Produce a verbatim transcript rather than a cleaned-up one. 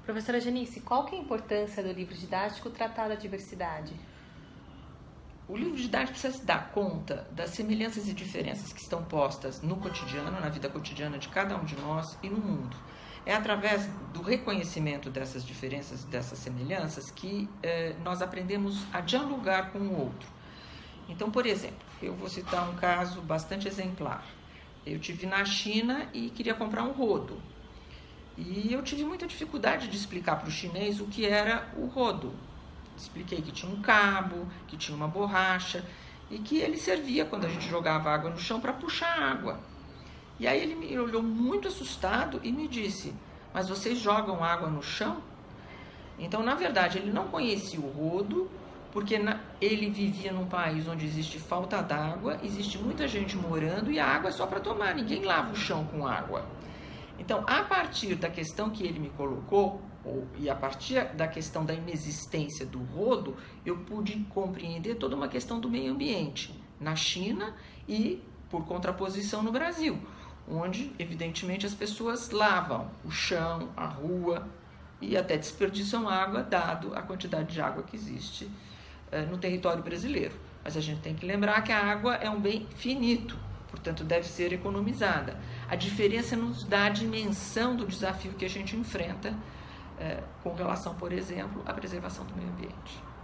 Professora Janice, qual que é a importância do livro didático tratar da diversidade? O livro didático precisa se dar conta das semelhanças e diferenças que estão postas no cotidiano, na vida cotidiana de cada um de nós e no mundo. É através do reconhecimento dessas diferenças, dessas semelhanças, que eh, nós aprendemos a dialogar com o outro. Então, por exemplo, eu vou citar um caso bastante exemplar. Eu estive na China e queria comprar um rodo. E eu tive muita dificuldade de explicar para o chinês o que era o rodo. Expliquei que tinha um cabo, que tinha uma borracha e que ele servia quando a gente jogava água no chão para puxar água. E aí ele me olhou muito assustado e me disse: mas vocês jogam água no chão? Então, na verdade, ele não conhecia o rodo, porque na, ele vivia num país onde existe falta d'água, existe muita gente morando e a água é só para tomar, ninguém lava o chão com água. Então, a partir da questão que ele me colocou, ou, e a partir da questão da inexistência do rodo, eu pude compreender toda uma questão do meio ambiente na China e, por contraposição, no Brasil, onde, evidentemente, as pessoas lavam o chão, a rua e até desperdiçam água, dado a quantidade de água que existe eh, no território brasileiro. Mas a gente tem que lembrar que a água é um bem finito, portanto, deve ser economizada. A diferença nos dá a dimensão do desafio que a gente enfrenta eh, com relação, por exemplo, à preservação do meio ambiente.